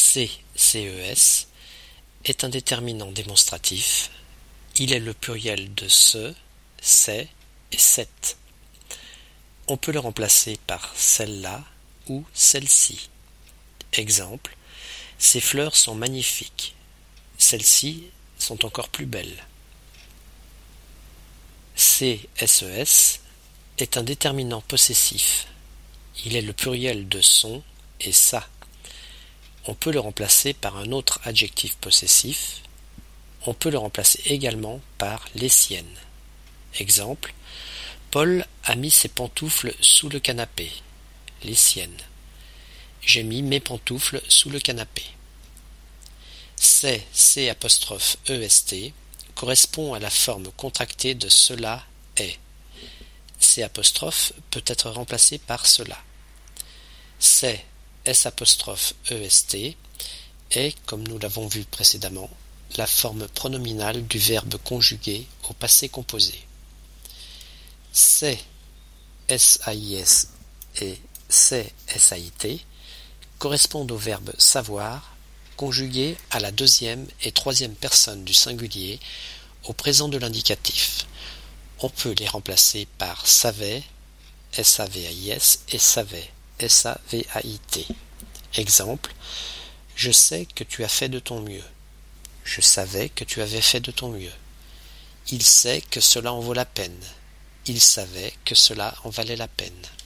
CES est un déterminant démonstratif. Il est le pluriel de ce, c'est et cette. On peut le remplacer par celle-là ou celle-ci. Exemple, ces fleurs sont magnifiques. Celles-ci sont encore plus belles. CSES est un déterminant possessif. Il est le pluriel de son et sa. On peut le remplacer par un autre adjectif possessif. On peut le remplacer également par les siennes. Exemple, Paul a mis ses pantoufles sous le canapé. Les siennes. J'ai mis mes pantoufles sous le canapé. C''est correspond à la forme contractée de cela est. C' peut être remplacé par cela. C'est S''est, comme nous l'avons vu précédemment, la forme pronominale du verbe conjugué au passé composé. C'est SAIS et c'est SAIT correspondent au verbe savoir conjugué à la deuxième et troisième personne du singulier au présent de l'indicatif. On peut les remplacer par savait, SAVAIS et savait, SAVAIT. Exemple, je sais que tu as fait de ton mieux. Je savais que tu avais fait de ton mieux. Il sait que cela en vaut la peine. Il savait que cela en valait la peine.